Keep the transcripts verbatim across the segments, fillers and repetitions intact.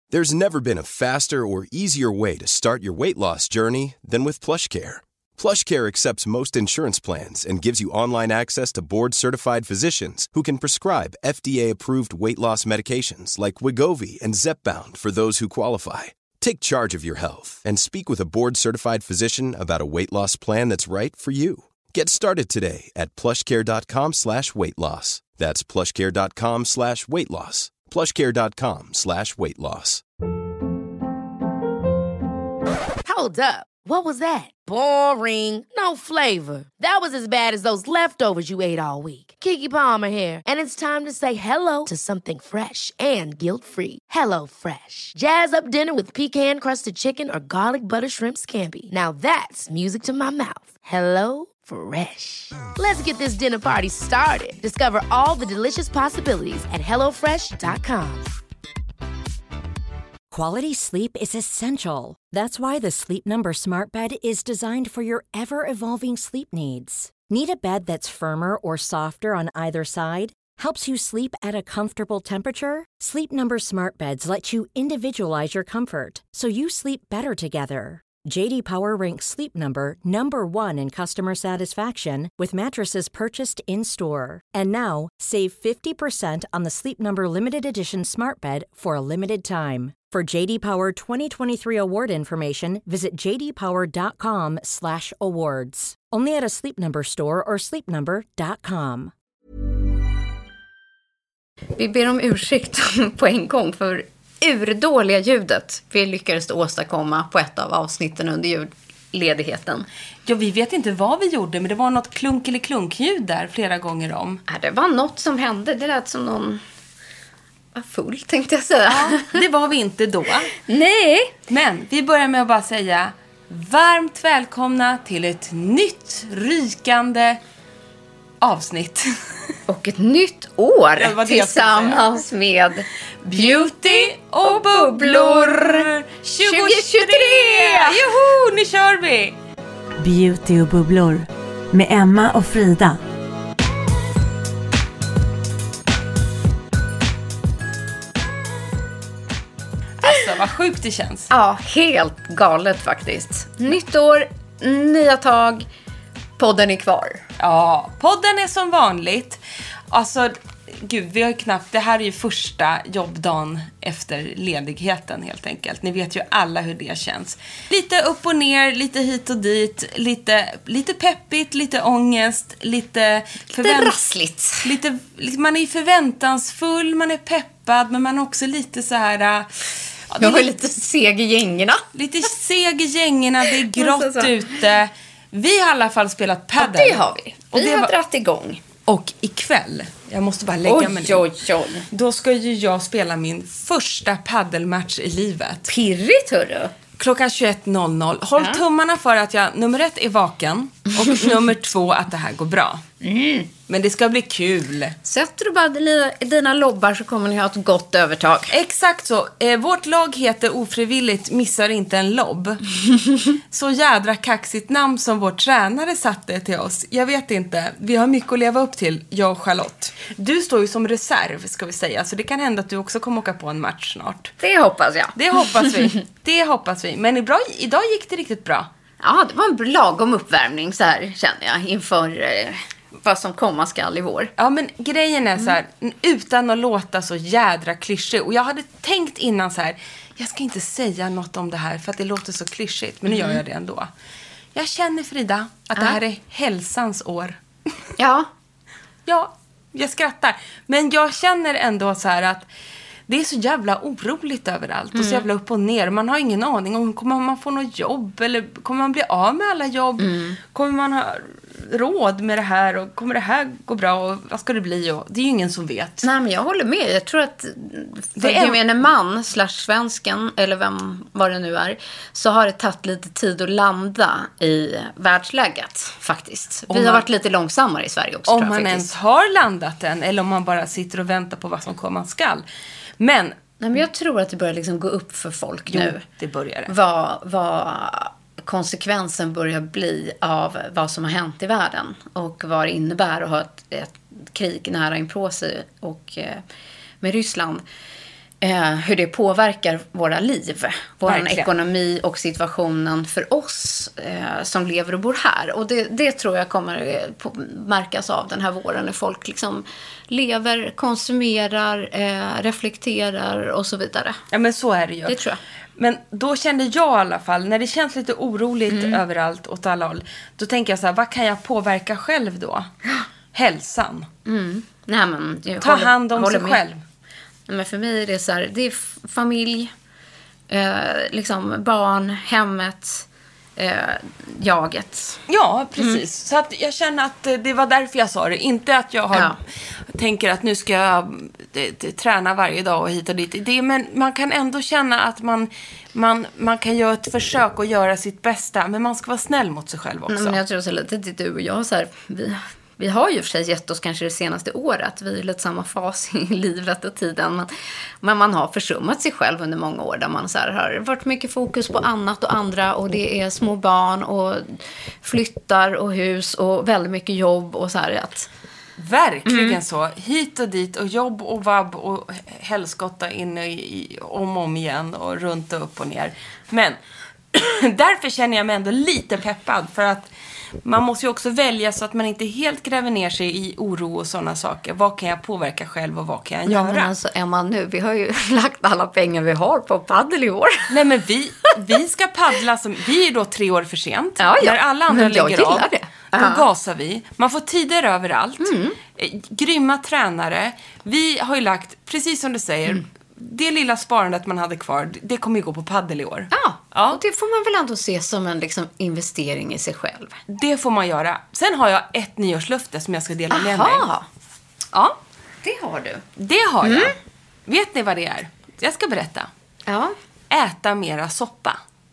There's never been a faster or easier way to start your weight loss journey than with PlushCare. PlushCare accepts most insurance plans and gives you online access to board-certified physicians who can prescribe F D A-approved weight loss medications like Wegovy and Zepbound for those who qualify. Take charge of your health and speak with a board-certified physician about a weight loss plan that's right for you. Get started today at plushcare.com slash weight loss. That's plushcare.com slash weight loss. plushcare.com slash weight loss. Hold up. What was that? Boring. No flavor. That was as bad as those leftovers you ate all week. Keke Palmer here, and it's time to say hello to something fresh and guilt-free. Hello Fresh. Jazz up dinner with pecan-crusted chicken or garlic butter shrimp scampi. Now that's music to my mouth. Hello Fresh. Let's get this dinner party started. Discover all the delicious possibilities at hello fresh dot com. Quality sleep is essential. That's why the Sleep Number Smart Bed is designed for your ever-evolving sleep needs. Need a bed that's firmer or softer on either side? Helps you sleep at a comfortable temperature? Sleep Number Smart Beds let you individualize your comfort, so you sleep better together. J D Power ranks Sleep Number number one in customer satisfaction with mattresses purchased in-store. And now, save fifty percent on the Sleep Number Limited Edition Smart Bed for a limited time. For J D Power twenty twenty-three award information, visit j d power dot com slash awards. Only at a Sleep Number store or sleep number dot com. Vi ber om ursäkt på en gång för urdåliga ljudet vi lyckades åstadkomma på ett av avsnitten under ljudledigheten. Ja, vi vet inte vad vi gjorde, men det var något klunk eller klunkljud där flera gånger om. Ja, det var något som hände. Det lät som någon var full, tänkte jag säga. Ja, det var vi inte då. Nej. Men vi börjar med att bara säga varmt välkomna till ett nytt rykande avsnitt. Och ett nytt år ja, tillsammans med Beauty och bubblor tjugohundratjugotre! Joho, nu kör vi! Beauty och bubblor med Emma och Frida. Alltså, vad sjukt det känns. Ja, helt galet faktiskt. Nytt år, nya tag, podden är kvar. Ja, podden är som vanligt. Alltså, gud, vi har ju knappt... Det här är ju första jobbdagen efter ledigheten helt enkelt. Ni vet ju alla hur det känns. Lite upp och ner, lite hit och dit. Lite, lite peppigt, lite ångest. Lite, förvänt- lite rassligt. Lite, man är förväntansfull, man är peppad. Men man är också lite så här... Ja, jag är lite seg i gängerna. Lite seg i gängerna, det är grått ute. Vi har i alla fall spelat paddel. Ja, det har vi. Vi och det har var... dratt igång. Och ikväll, jag måste bara lägga oj, mig ner. Oj, oj. Då ska ju jag spela min första paddelmatch i livet. Pirrigt, hörru. Klockan tjugoett noll noll. Håll ja. tummarna för att jag nummer ett är vaken. Och nummer två att det här går bra. Mm. Men det ska bli kul. Sätter du bara dina lobbar så kommer ni ha ett gott övertag. Exakt så. Eh, vårt lag heter ofrivilligt missar inte en lobb. Så jädra kaxigt namn som vår tränare satte till oss. Jag vet inte. Vi har mycket att leva upp till, jag och Charlotte. Du står ju som reserv, ska vi säga. Så det kan hända att du också kommer åka på en match snart. Det hoppas jag. Det hoppas vi. Det hoppas vi. Men idag, idag gick det riktigt bra. Ja, det var en lagom uppvärmning så här, känner jag, inför... Eh... vad som komma skall i vår. Ja, men grejen är så här, mm. utan att låta så jädra klyschig. Och jag hade tänkt innan så här, jag ska inte säga något om det här för att det låter så klyschigt. Men nu mm. gör jag det ändå. Jag känner, Frida, att ja. det här är hälsans år. Ja. Ja, jag skrattar. Men jag känner ändå så här att det är så jävla oroligt överallt. Mm. Och så jävla upp och ner. Man har ingen aning om kommer man få något jobb. Eller kommer man bli av med alla jobb. Mm. Kommer man ha råd med det här. Och kommer det här gå bra. Och vad ska det bli. Och det är ju ingen som vet. Nej, men jag håller med. Jag tror att för är... gemene man slash svensken. Eller vem vad det nu är. Så har det tagit lite tid att landa i världsläget. Faktiskt. Vi man... har varit lite långsammare i Sverige också. Om tror jag, man faktiskt. ens har landat än. Eller om man bara sitter och väntar på vad som komma skall. Men, Nej, men jag tror att det börjar liksom gå upp för folk jo, nu. det börjar det. Vad, vad konsekvensen börjar bli av vad som har hänt i världen. Och vad det innebär att ha ett, ett krig nära inpå sig och, eh, med Ryssland. eh, hur det påverkar våra liv. Vår Verkligen. ekonomi och situationen för oss eh, som lever och bor här. Och det, det tror jag kommer eh, på, märkas av den här våren när folk liksom lever, konsumerar, eh, reflekterar och så vidare. Ja, men så är det ju. Det tror jag. Men då kände jag i alla fall, när det känns lite oroligt mm. överallt åt alla håll, då tänker jag så här, vad kan jag påverka själv då? Hälsan. Mm. Nej, men, Ta håller, hand om sig med. själv. Nej, men för mig är det så här, det är f- familj, eh, liksom barn, hemmet, eh, jaget. Ja, precis. Mm. Så att jag känner att det var därför jag sa det. Inte att jag har, ja. tänker att nu ska jag det, det, träna varje dag och hit och dit. Det, men man kan ändå känna att man, man, man kan göra ett försök att göra sitt bästa. Men man ska vara snäll mot sig själv också. Nej, men jag tror så lite att du och jag så här, vi... Vi har ju för sig gett oss kanske det senaste året. Vi är i lite samma fas i livet och tiden. Men, men man har försummat sig själv under många år. Där man så här har varit mycket fokus på annat och andra. Och det är små barn och flyttar och hus och väldigt mycket jobb. Och så här att... Verkligen Mm. så. Hit och dit och jobb och vabb och helskotta in i, i, om och om igen. Och runt och upp och ner. Men därför känner jag mig ändå lite peppad. För att man måste ju också välja så att man inte helt gräver ner sig i oro och sådana saker. Vad kan jag påverka själv och vad kan jag Ja, göra? men alltså Emma, nu, vi har ju lagt alla pengar vi har på paddel i år. Nej, men vi, vi ska paddla som, vi är då tre år för sent. Ja, ja. När alla andra Men jag lägger av, gillar det. då Ja. gasar vi. Man får tider överallt. Mm. Grymma tränare. Vi har ju lagt, precis som du säger, mm. det lilla sparandet man hade kvar, det kommer ju gå på paddel i år. Ja, ja. och det får man väl ändå se som en liksom, investering i sig själv. Det får man göra. Sen har jag ett nyårslöfte som jag ska dela med mig. Aha. Ja, Det har du. det har jag. Mm. Vet ni vad det är? Jag ska berätta. Ja. Äta mera soppa.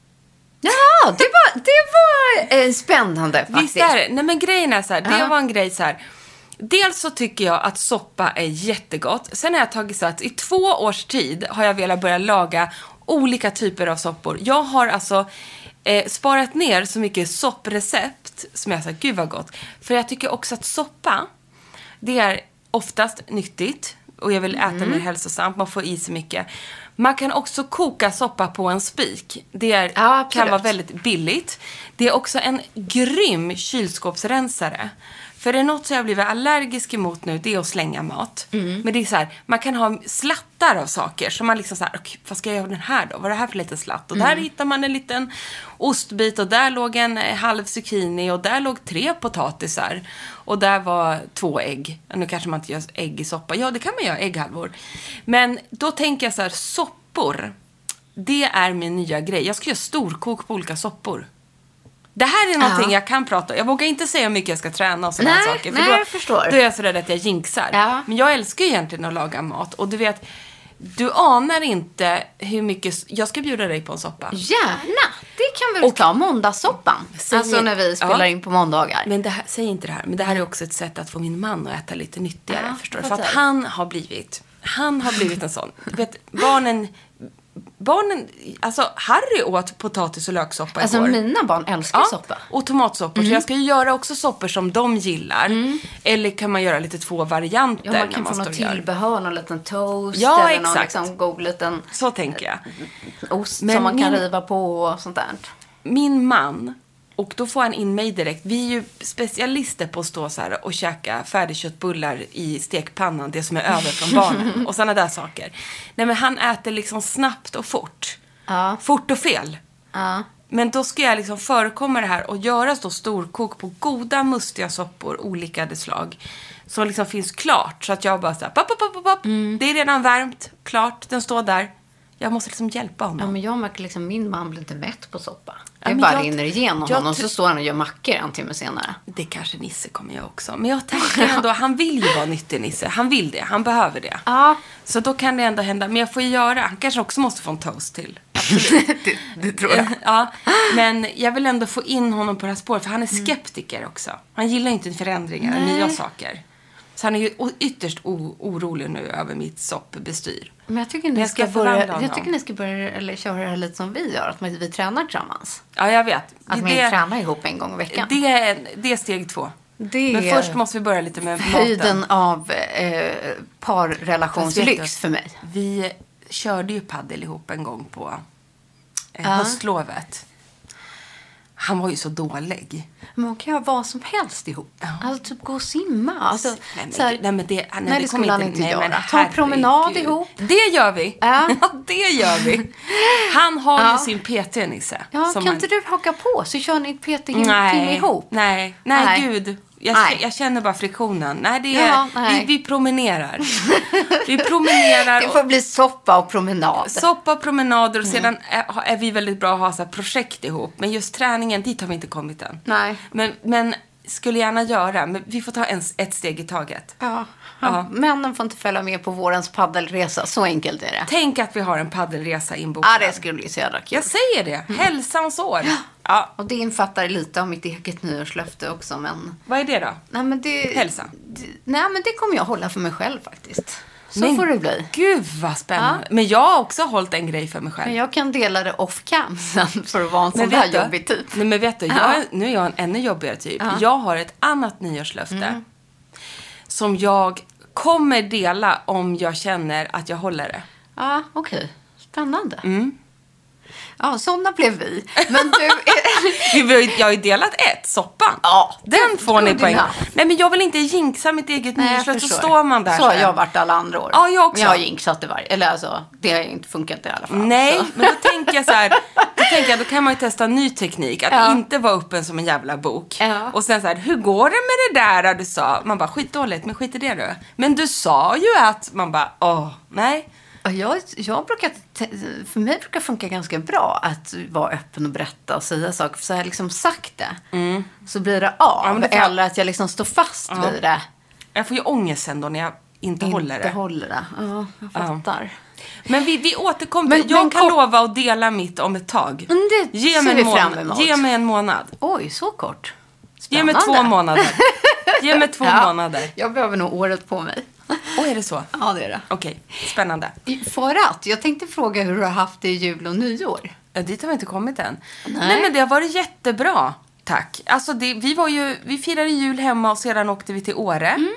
Ja, det var, det var eh, spännande faktiskt. Visst är det? Nej, men grejen är så här. Det Ja. var en grej så här. Dels så tycker jag att soppa är jättegott. Sen har jag tagit så att i två års tid har jag velat börja laga olika typer av soppor. Jag har alltså eh, sparat ner så mycket sopprecept som jag sa, gud vad gott. För jag tycker också att soppa, det är oftast nyttigt. Och jag vill äta mm. mer hälsosamt. Man får i sig mycket. Man kan också koka soppa på en spik. Det är, ja, kan vara väldigt billigt. Det är också en grym kylskåpsrensare. För det är något som jag har blivit allergisk emot nu, det är att slänga mat. Mm. Men det är så här, man kan ha slattar av saker. Så man liksom så här, okay, vad ska jag göra den här då? Vad är det här för liten slatt? Och mm. där hittar man en liten ostbit och där låg en halv zucchini och där låg tre potatisar. Och där var två ägg. Nu kanske man inte gör ägg i soppa. Ja, det kan man göra, ägghalvor. Men då tänker jag så här, soppor, det är min nya grej. Jag ska göra storkok på olika soppor. Det här är någonting ja. jag kan prata om. Jag vågar inte säga hur mycket jag ska träna och sådana nej, saker. För nej, då, jag förstår. Då är jag så rädd att jag jinxar. Ja. Men jag älskar ju egentligen att laga mat. Och du vet, du anar inte hur mycket... Jag ska bjuda dig på en soppa. Gärna. Det kan vi väl ta måndagssoppan. Säg, alltså när vi spelar ja. in på måndagar. Men det här, säg inte det här. Men det här är också ett sätt att få min man att äta lite nyttigare. Ja, förstår du? För att han har blivit... Han har blivit en sån. Du vet, barnen... Barnen, alltså Harry åt potatis och löksoppa alltså, igår. Alltså mina barn älskar ja, soppa. Och tomatsoppor. Mm. Så jag ska ju göra också soppor som de gillar. Mm. Eller kan man göra lite två varianter. Ja, man kan när man få något tillbehör, någon liten toast. Ja, eller exakt. någon liksom god liten... Så tänker jag. Ost Men som man kan min, riva på och sånt där. Min man, och då får han in mig direkt. Vi är ju specialister på att stå så här och käka färdigköttbullar i stekpannan. Det som är över från barnen. Och sådana där saker. Nej, men han äter liksom snabbt och fort. Ja. Fort och fel. Ja. Men då ska jag liksom förekomma det här och göra så storkok på goda mustiga soppor, olika slag. Som liksom finns klart. Så att jag bara så här, pop, pop, pop, pop. Mm. Det är redan varmt, klart, den står där. Jag måste liksom hjälpa honom. Ja, men jag märker liksom, min man blir inte mätt på soppa. Det ja, bara jag, rinner igenom jag, honom. Så står han och gör mackor en timme senare. Det kanske Nisse kommer jag också. Men jag tänker ändå, han vill ju vara nyttig Nisse. Han vill det, han behöver det. Ja. Så då kan det ändå hända. Men jag får ju göra, han kanske också måste få en toast till. det, det tror jag. Ja, men jag vill ändå få in honom på det här spåret. För han är skeptiker mm. också. Han gillar inte förändringar och nya saker. Så han är ju ytterst o- orolig nu över mitt soppbestyr. Men jag tycker ni jag ska, ska börja, jag tycker ni ska börja eller köra det här lite som vi gör. Att vi tränar tillsammans. Ja, jag vet. Att vi tränar ihop en gång i veckan. Det är, det är steg två. Det Men först måste vi börja lite med maten. Höjden av eh, parrelationslyx för mig. Vi körde ju paddel ihop en gång på eh, Ja. höstlovet. Han var ju så dålig. Men man kan göra vad som helst ihop. Ja. Alltså typ gå och simma. Alltså, Nej, men, så här, nej, men det, nej, nej, det det kommer skulle han inte nej, göra. men Ta en herregud. promenad ihop. Det gör vi. Ja. Ja, det gör vi. Han har Ja. ju sin P T, Nisse. Ja, som kan han... inte du haka på så kör ni ett P T-timme nej, ihop? Nej, nej, Nej. gud. Jag, Nej. jag känner bara friktionen. Nej, det är, Ja, nej. vi, vi promenerar. Vi promenerar. Det får bli soppa och promenad. Soppa och promenader och sedan är, är vi väldigt bra att ha så här projekt ihop. Men just träningen, dit har vi inte kommit än. Nej. Men, men skulle gärna göra. Men vi får ta en, ett steg i taget. Ja. Ja. Männen får inte följa med på vårens paddelresa. Så enkelt är det. Tänk att vi har en paddelresa inbokad. Ja, det skulle bli så jävla kul. Jag säger det. Hälsans år. Ja. Och det infattar lite av mitt eget nyårslöfte också. Men... Vad är det då? Nej, men det... Hälsa. Det... Nej, men det kommer jag hålla för mig själv faktiskt. Så Men får det bli. Gud vad spännande. Men jag har också hållit en grej för mig själv. Men jag kan dela det off cam sen för att vara en sån Men där vet du? jobbig typ. Nej, men vet du, jag, är- nu är jag en ännu jobbigare typ. Ja. Jag har ett annat nyårslöfte. Som jag kommer dela om jag känner att jag håller det. Ja, okej. Spännande. Mm. Ja, sådana blev vi. Men du... Vi har ju- Jag har ju delat ett, soppan. Ja, Den det- får ni good poäng. enough. Nej, men jag vill inte jinxa mitt eget Nej, jag nyårslöfte. Så förstår. står man där Så har sen. jag varit alla andra år. Ja, jag också. Men jag har jinxat det varje... Eller alltså, det har inte funkat i alla fall. Nej, Så. men då tänker jag så här, då tänker jag, då kan man ju testa en ny teknik. Att Ja. inte vara öppen som en jävla bok. Ja. Och sen så här, hur går det med det där du sa? Man bara, skitdåligt, men skit i det du. Men du sa ju att, man bara, åh, nej. Ja, Jag, jag brukar, te- för mig brukar det funka ganska bra att vara öppen och berätta och säga saker. För så har jag liksom sagt det, så blir det av. Ja, men det får- Eller att jag liksom står fast Ja. vid det. Jag får ju ångest sen då när jag inte, håller Inte det. håller det. Ja, jag fattar. Men vi, vi återkommer. Men- jag men kan kort- lova att dela mitt om ett tag. Men det Ge ser mig vi en fram månad. emot. Ge mig en månad. Oj, så kort. Ge mig Spännande. två månader. Ge mig två Ja, månader. Jag behöver nog året på mig. Åh, är det så? Ja, det är det. Okej, spännande. För att, jag tänkte fråga hur du har haft det i jul och nyår. Ja, dit har vi inte kommit än. Nej, Nej. men det har varit jättebra. Tack. Alltså det, vi var ju, vi firade jul hemma och sedan åkte vi till Åre. Mm.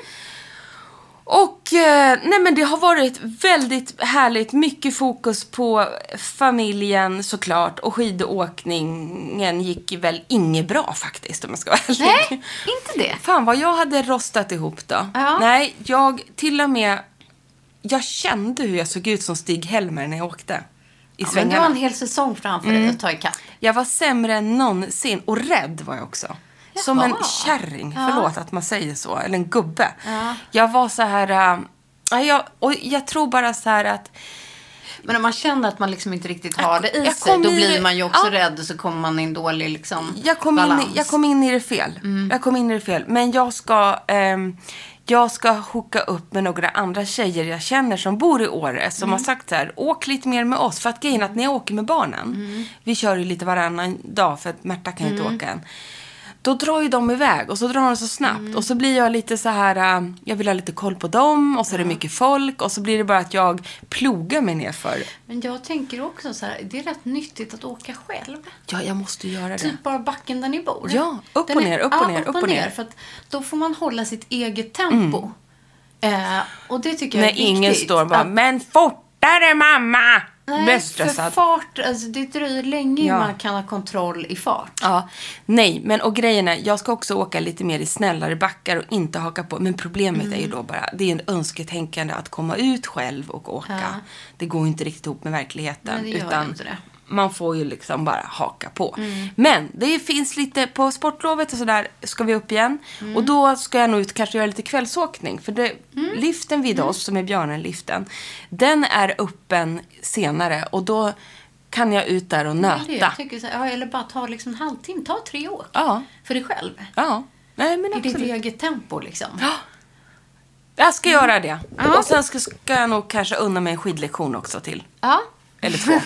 Och eh, nej men det har varit väldigt härligt. Mycket fokus på familjen såklart. Och skidåkningen gick väl inget bra faktiskt om jag ska vara ärlig. Nej, inte det. Fan vad jag hade rostat ihop då. Ja. Nej, jag till och med... Jag kände hur jag såg ut som Stig-Helmer när jag åkte. I Ja, men du svängarna. har en hel säsong framför dig att ta ikapp. Jag var sämre än någonsin. Och rädd var jag också. Som en kärring. Ja. Förlåt att man säger så. Eller en gubbe. Ja. Jag var så här... Äh, jag, och jag tror bara så här att... Men om man känner att man liksom inte riktigt har det i jag sig, kom då i- blir man ju också ja. rädd och så kommer man i en dålig liksom, Jag kom, in, balans. i- jag kom in i det fel. Jag kom in i det fel. Men jag ska... ehm, jag ska hooka upp med några andra tjejer jag känner som bor i Åre. Som har sagt så här, åk lite mer med oss. För att grejen är att när jag åker med barnen. Vi kör ju lite varannan dag för att Märta kan ju inte åka än. Då drar ju de iväg och så drar de så snabbt. Och så blir jag lite så här, äh, jag vill ha lite koll på dem. Och så är det mycket folk. Och så blir det bara att jag plogar mig ner för. Men jag tänker också så här, det är rätt nyttigt att åka själv. Ja, jag måste göra det. Typ bara backen där ni bor. Ja, upp Den och är- ner, upp och ja, ner, upp och ner. För att då får man hålla sitt eget tempo. Eh, och det tycker jag När är viktigt. ingen står bara, Att- men fortare mamma! Blir Nej, för stressad. fart, alltså det dröjer länge Ja. innan man kan ha kontroll i fart. Ja, nej, men och grejen är, jag ska också åka lite mer i snällare backar och inte haka på. Men problemet är ju då bara, det är en önsketänkande att komma ut själv och åka. Ja. Det går ju inte riktigt ihop med verkligheten. Nej, det gör utan inte det. man får ju liksom bara haka på. Men det finns lite, på sportlovet och sådär ska vi upp igen. Och då ska jag nog ut kanske göra lite kvällsåkning. För det, liften vid oss, som är Björnen-liften, den är öppen senare. Och då kan jag ut där och Det är det jag nöta. tycker så här, ja, eller bara ta liksom en halvtimme, ta tre åk. Ja. För dig själv. Ja, nej men I ditt absolut. eget tempo liksom. Jag ska göra det. Ja. Och sen ska, ska jag nog kanske unna mig en skidlektion också till. Ja. Eller två.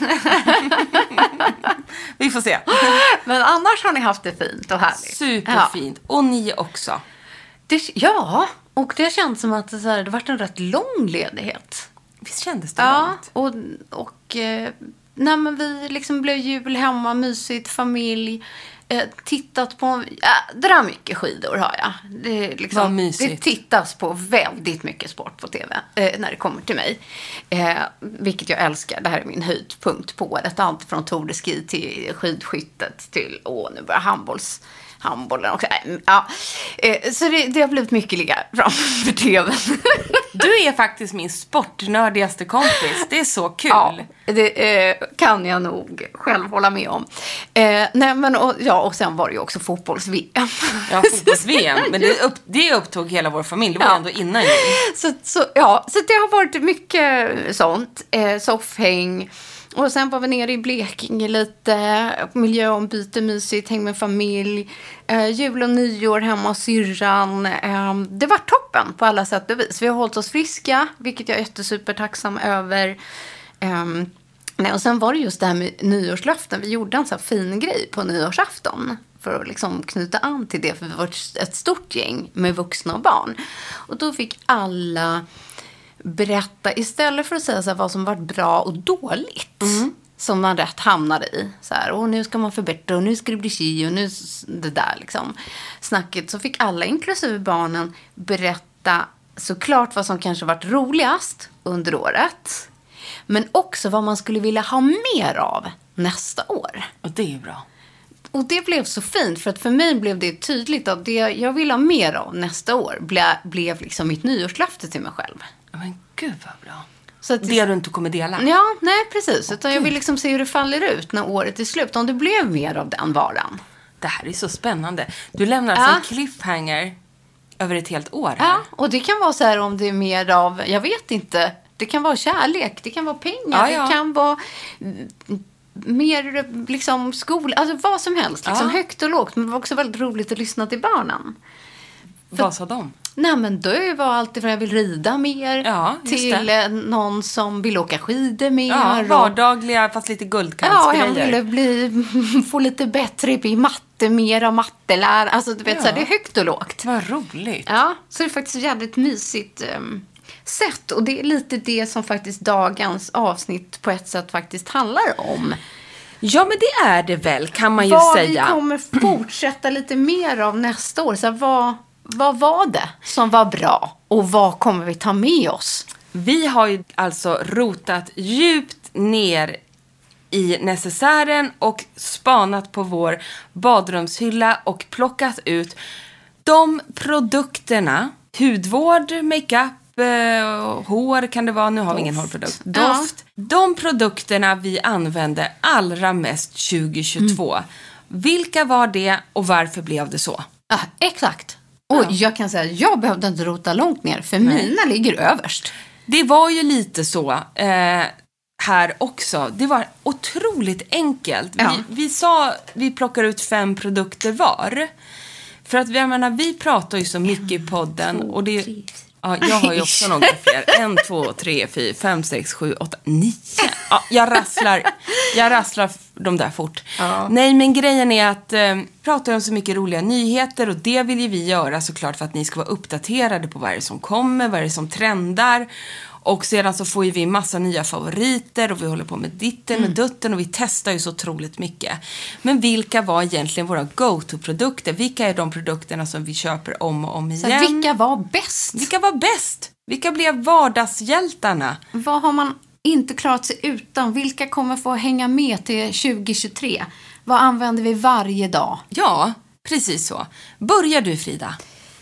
Vi får se. Men annars har ni haft det fint och härligt. Superfint. Och ni också. Ja, det, ja. Och det känns som att det, så här, det varit en rätt lång ledighet. Visst kändes det Ja, långt? och, och eh, nej, men vi liksom blev jul hemma, mysigt, familj. eh, tittat på... Ja, drar mycket skidor har jag. Det, är liksom, Vad mysigt. det tittas på väldigt mycket sport på tv eh, när det kommer till mig. Eh, vilket jag älskar. Det här är min höjdpunkt på året. Allt från Tour de Ski till skidskyttet till... Åh, nu börjar handbolls... handbollen också. Ja. Så det, det har blivit mycket ligga framför tvn. Du är faktiskt min sportnördigaste kompis. Det är så kul. Ja, det eh, kan jag nog själv hålla med om. Eh, nej, men, och, ja, och sen var det ju också fotbolls-V M. Ja, fotbolls-V M. Men det, upp, det upptog hela vår familj. Det var ja. ändå innan jul. Så, så, ja, så det har varit mycket sånt. Eh, soffhäng. Och sen var vi nere i Blekinge lite, miljöombyte, mysigt, häng med familj, eh, jul och nyår hemma hos syrran. Eh, det var toppen på alla sätt och vis. Vi har hållit oss friska, vilket jag är jättesuper tacksam över. Eh, nej, och sen var det just det här med nyårslöften. Vi gjorde en så här fin grej på nyårsafton för att liksom knyta an till det. För vi var ett stort gäng med vuxna och barn. Och då fick alla... berätta istället för att säga så här, vad som varit bra och dåligt mm. som man rätt hamnade i så här, och nu ska man förbättra och nu ska det bli chi och nu det där liksom snacket, så fick alla inklusive barnen berätta såklart vad som kanske varit roligast under året, men också vad man skulle vilja ha mer av nästa år. Och det är bra. Och det blev så fint, för att för mig blev det tydligt att det jag vill ha mer av nästa år ble, blev liksom mitt nyårslöfte till mig själv. Men gud vad bra. Så att det du inte kommer dela. Ja, nej precis. Utan jag vill liksom se hur det faller ut när året är slut. Om det blev mer av den varan. Det här är så spännande. Du lämnar alltså ja. en cliffhanger över ett helt år här. Ja, och det kan vara så här om det är mer av, jag vet inte. Det kan vara kärlek, det kan vara pengar, ja, ja. det kan vara... mer liksom skola, alltså vad som helst, liksom ja. högt och lågt, men det var också väldigt roligt att lyssna till barnen. För, vad sa de? Nej, men då var allt ifrån jag vill rida mer ja, till det. någon som vill åka skidor mer. Ja, vardagliga fast lite guldkantsgrejer. Ja, jag ville bli, få lite bättre i matte, mer av mattelär. Alltså du vet, ja. så här, det är högt och lågt. Vad roligt. Ja, så det är faktiskt jävligt mysigt um, sätt. Och det är lite det som faktiskt dagens avsnitt på ett sätt faktiskt handlar om. Ja, men det är det väl, kan man ju vad säga. Vad vi kommer fortsätta lite mer av nästa år. Så här, vad, vad var det som var bra? Och vad kommer vi ta med oss? Vi har ju alltså rotat djupt ner i necessären och spanat på vår badrumshylla och plockat ut de produkterna. Hudvård, makeup, Uh, hår kan det vara, nu har Doft. vi ingen hårprodukt. Doft. Ja. De produkterna vi använde allra mest tjugo tjugotvå. Mm. Vilka var det och varför blev det så? Ja, exakt. Och ja. jag kan säga, jag behövde inte rota långt ner, för Nej. mina ligger överst. Det var ju lite så eh, här också. Det var otroligt enkelt. Ja. Vi, vi sa, vi plockar ut fem produkter var. För att jag menar, vi pratar ju så mycket i podden. En, två, och det tre. Ja, jag har ju också några fler. En, två, tre, fyra, fem, sex, sju, åtta, nio. Ja, jag rasslar, jag rasslar de där fort. Ja. Nej, men grejen är att eh, pratar om så mycket roliga nyheter. Och det vill ju vi göra såklart för att ni ska vara uppdaterade på vad det är som kommer, vad det är som trendar. Och sedan så får ju vi massa nya favoriter och vi håller på med ditten och mm. dutten och vi testar ju så otroligt mycket. Men vilka var egentligen våra go-to-produkter? Vilka är de produkterna som vi köper om och om igen? Så vilka var bäst? Vilka var bäst? Vilka blev vardagshjältarna? Vad har man inte klarat sig utan? Vilka kommer få hänga med till tjugo tjugotre? Vad använder vi varje dag? Ja, precis så. Börjar du, Frida?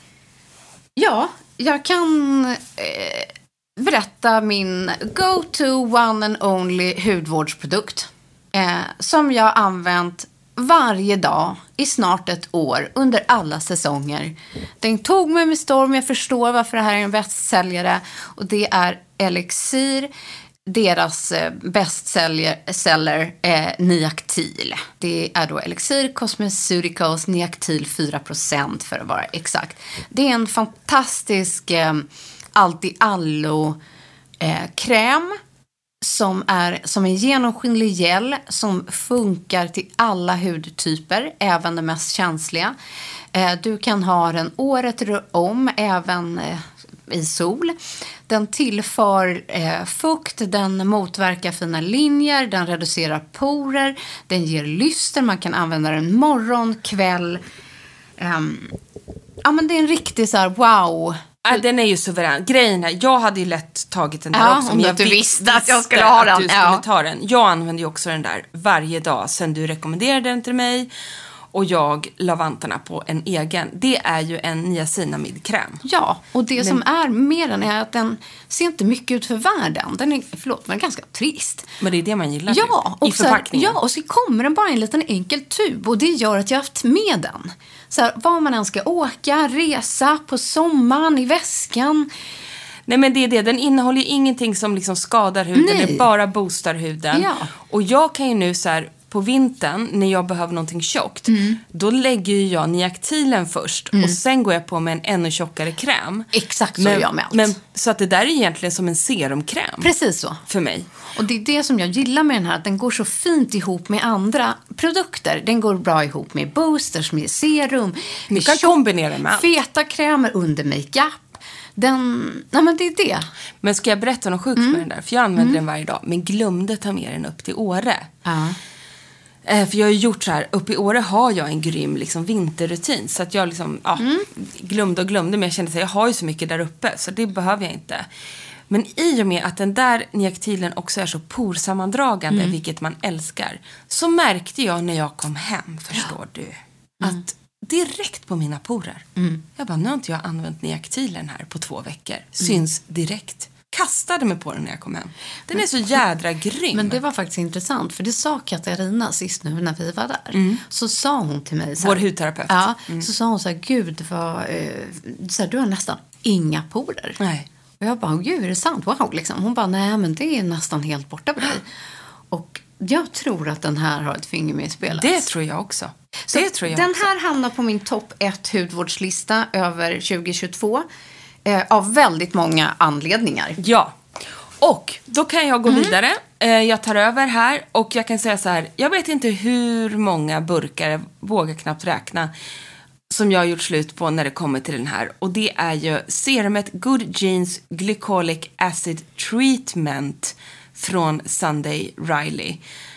Ja, jag kan... Eh... berätta min go-to one and only hudvårdsprodukt eh, som jag använt varje dag i snart ett år under alla säsonger. Den tog mig med storm, jag förstår varför det här är en bästsäljare, och det är Elixir, deras eh, bästseller eh, Niactil. Det är då Elixir Cosmeceuticals Niactil fyra procent för att vara exakt. Det är en fantastisk eh, allt i allo eh, kräm som är som en genomskinlig gel som funkar till alla hudtyper, även de mest känsliga. Eh, du kan ha den året om, även eh, i sol. Den tillför eh, fukt, den motverkar fina linjer, den reducerar porer, den ger lyster, man kan använda den morgon, kväll. Um, ja, men det är en riktig så här wow. Ja, den är ju suverän. Grejen är, jag hade ju lätt tagit den där ja, också. Om jag du visste att jag skulle ha den. Du skulle ja. ta den. Jag använder ju också den där varje dag sen du rekommenderade den till mig. Och jag la vantarna på en egen. Det är ju en niacinamidkräm. Ja, och det men... som är med den är att den ser inte mycket ut för världen. Den är, förlåt, men ganska trist. Men det är det man gillar ja, typ, och i förpackningen. Så här, ja, och så kommer den bara i en liten enkel tub. Och det gör att jag har haft med den. Så här, var man än ska åka, resa, på sommaren, i väskan. Nej, men det är det. Den innehåller ju ingenting som liksom skadar huden. Nej. Det bara boostar huden. Ja. Och jag kan ju nu så här... På vintern, när jag behöver någonting tjockt, mm. då lägger ju jag Niactilen först. Mm. Och sen går jag på med en ännu tjockare kräm. Exakt så men, gör jag med allt. Men, så att det där är egentligen som en serumkräm. Precis så. För mig. Och det är det som jag gillar med den här. Att den går så fint ihop med andra produkter. Den går bra ihop med boosters, med serum. Du med kan kombinera med allt. Feta krämer under makeup. Den, nej men det är det. Men ska jag berätta något sjukt mm. med den där? För jag använder mm. den varje dag. Men glömde ta med den upp till Åre. Ja. Uh. För jag har ju gjort så här, uppe i Åre har jag en grym liksom, vinterrutin. Så att jag liksom, ja, mm. glömde och glömde. Men jag kände att jag har ju så mycket där uppe. Så det behöver jag inte. Men i och med att den där Niactilen också är så porsammandragande, mm. vilket man älskar. Så märkte jag när jag kom hem, förstår ja. du. Att mm. direkt på mina porer. Mm. Jag bara, nu har inte jag använt Niactilen här på två veckor. Syns mm. direkt. Kastade mig på den när jag kom hem. Den men, är så jädra grym. Men det var faktiskt intressant. För det sa Katarina sist nu när vi var där. Mm. Så sa hon till mig. Så här, vår hudterapeut. Ja, mm. så sa hon så här, gud vad, eh, så här, du har nästan inga porer. Nej. Och jag bara, gud är det sant? Wow, liksom. Hon bara, nej men det är nästan helt borta på dig. Och jag tror att den här har ett finger med i spelet. Det tror jag också. Så det tror jag den också. här hamnar på min topp ett hudvårdslista över tjugo tjugotvå. Eh, av väldigt många anledningar. Ja, och då kan jag gå mm. vidare. Eh, jag tar över här och jag kan säga så här. Jag vet inte hur många burkar, jag vågar knappt räkna, som jag har gjort slut på när det kommer till den här. Och det är ju serumet Good Genes Glycolic Acid Treatment från Sunday Riley.